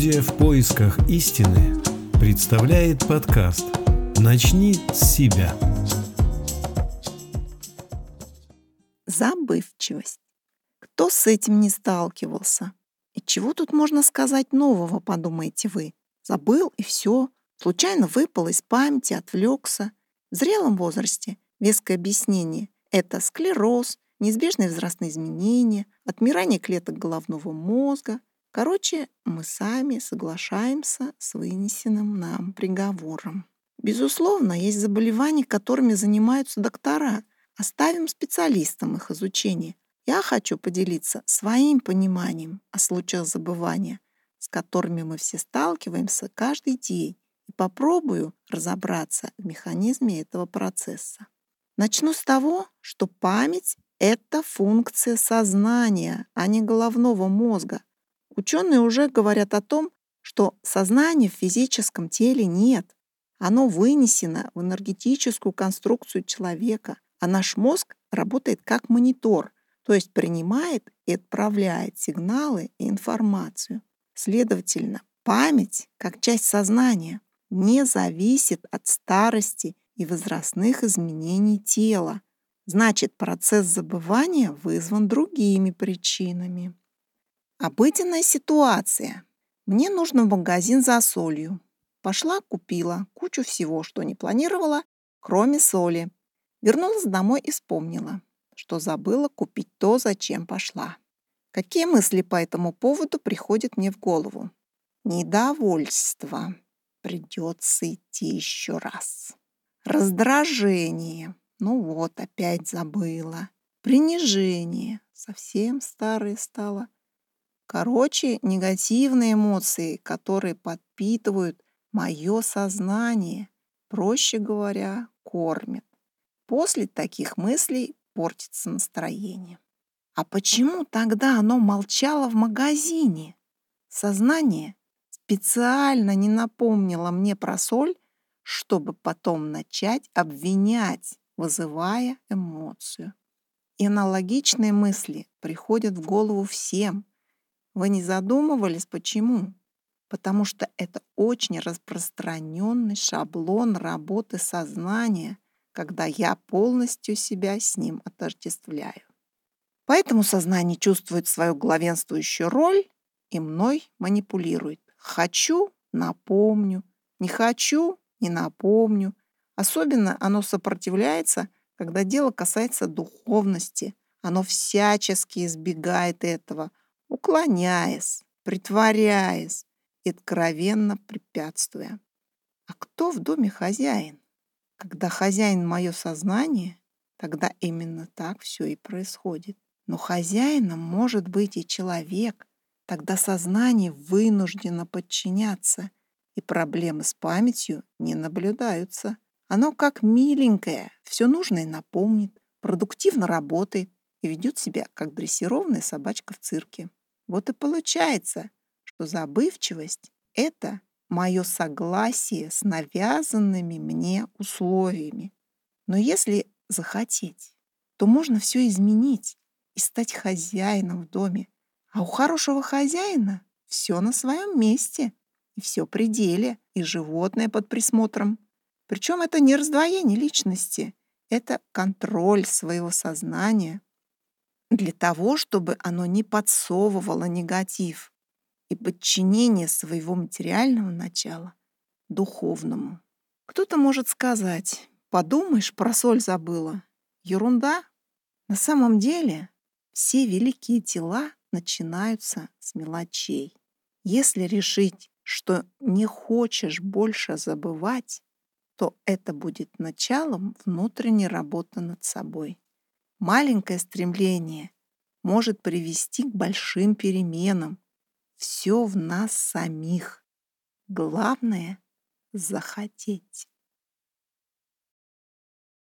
Студия «В поисках истины» представляет подкаст «Начни с себя». Забывчивость. Кто с этим не сталкивался? И чего тут можно сказать нового, подумаете вы? Забыл и все. Случайно выпал из памяти, отвлекся. В зрелом возрасте веское объяснение — это склероз, неизбежные возрастные изменения, отмирание клеток головного мозга. Короче, мы сами соглашаемся с вынесенным нам приговором. Безусловно, есть заболевания, которыми занимаются доктора. Оставим специалистам их изучение. Я хочу поделиться своим пониманием о случаях забывания, с которыми мы все сталкиваемся каждый день, и попробую разобраться в механизме этого процесса. Начну с того, что память — это функция сознания, а не головного мозга. Ученые уже говорят о том, что сознания в физическом теле нет. Оно вынесено в энергетическую конструкцию человека, а наш мозг работает как монитор, то есть принимает и отправляет сигналы и информацию. Следовательно, память, как часть сознания, не зависит от старости и возрастных изменений тела. Значит, процесс забывания вызван другими причинами. Обыденная ситуация. Мне нужно в магазин за солью. Пошла, купила кучу всего, что не планировала, кроме соли. Вернулась домой и вспомнила, что забыла купить то, зачем пошла. Какие мысли по этому поводу приходят мне в голову? Недовольство. Придется идти еще раз. Раздражение. Ну вот, опять забыла. Принижение. Совсем старое стало. Короче, негативные эмоции, которые подпитывают мое сознание, проще говоря, кормят. После таких мыслей портится настроение. А почему тогда оно молчало в магазине? Сознание специально не напомнило мне про соль, чтобы потом начать обвинять, вызывая эмоцию. И аналогичные мысли приходят в голову всем. Вы не задумывались, почему? Потому что это очень распространенный шаблон работы сознания, когда я полностью себя с ним отождествляю. Поэтому сознание чувствует свою главенствующую роль и мной манипулирует. Хочу — напомню, не хочу — не напомню. Особенно оно сопротивляется, когда дело касается духовности. Оно всячески избегает этого, уклоняясь, притворяясь и откровенно препятствуя. А кто в доме хозяин? Когда хозяин — мое сознание, тогда именно так все и происходит. Но хозяином может быть и человек. Тогда сознание вынуждено подчиняться, и проблемы с памятью не наблюдаются. Оно как миленькое, все нужное напомнит, продуктивно работает и ведет себя как дрессированная собачка в цирке. Вот и получается, что забывчивость — это мое согласие с навязанными мне условиями. Но если захотеть, то можно все изменить и стать хозяином в доме. А у хорошего хозяина все на своем месте, и все при деле, и животное под присмотром. Причем это не раздвоение личности, это контроль своего сознания для того, чтобы оно не подсовывало негатив и подчинение своего материального начала духовному. Кто-то может сказать: подумаешь, про соль забыла. Ерунда. На самом деле все великие дела начинаются с мелочей. Если решить, что не хочешь больше забывать, то это будет началом внутренней работы над собой. Маленькое стремление может привести к большим переменам. Все в нас самих. Главное — захотеть.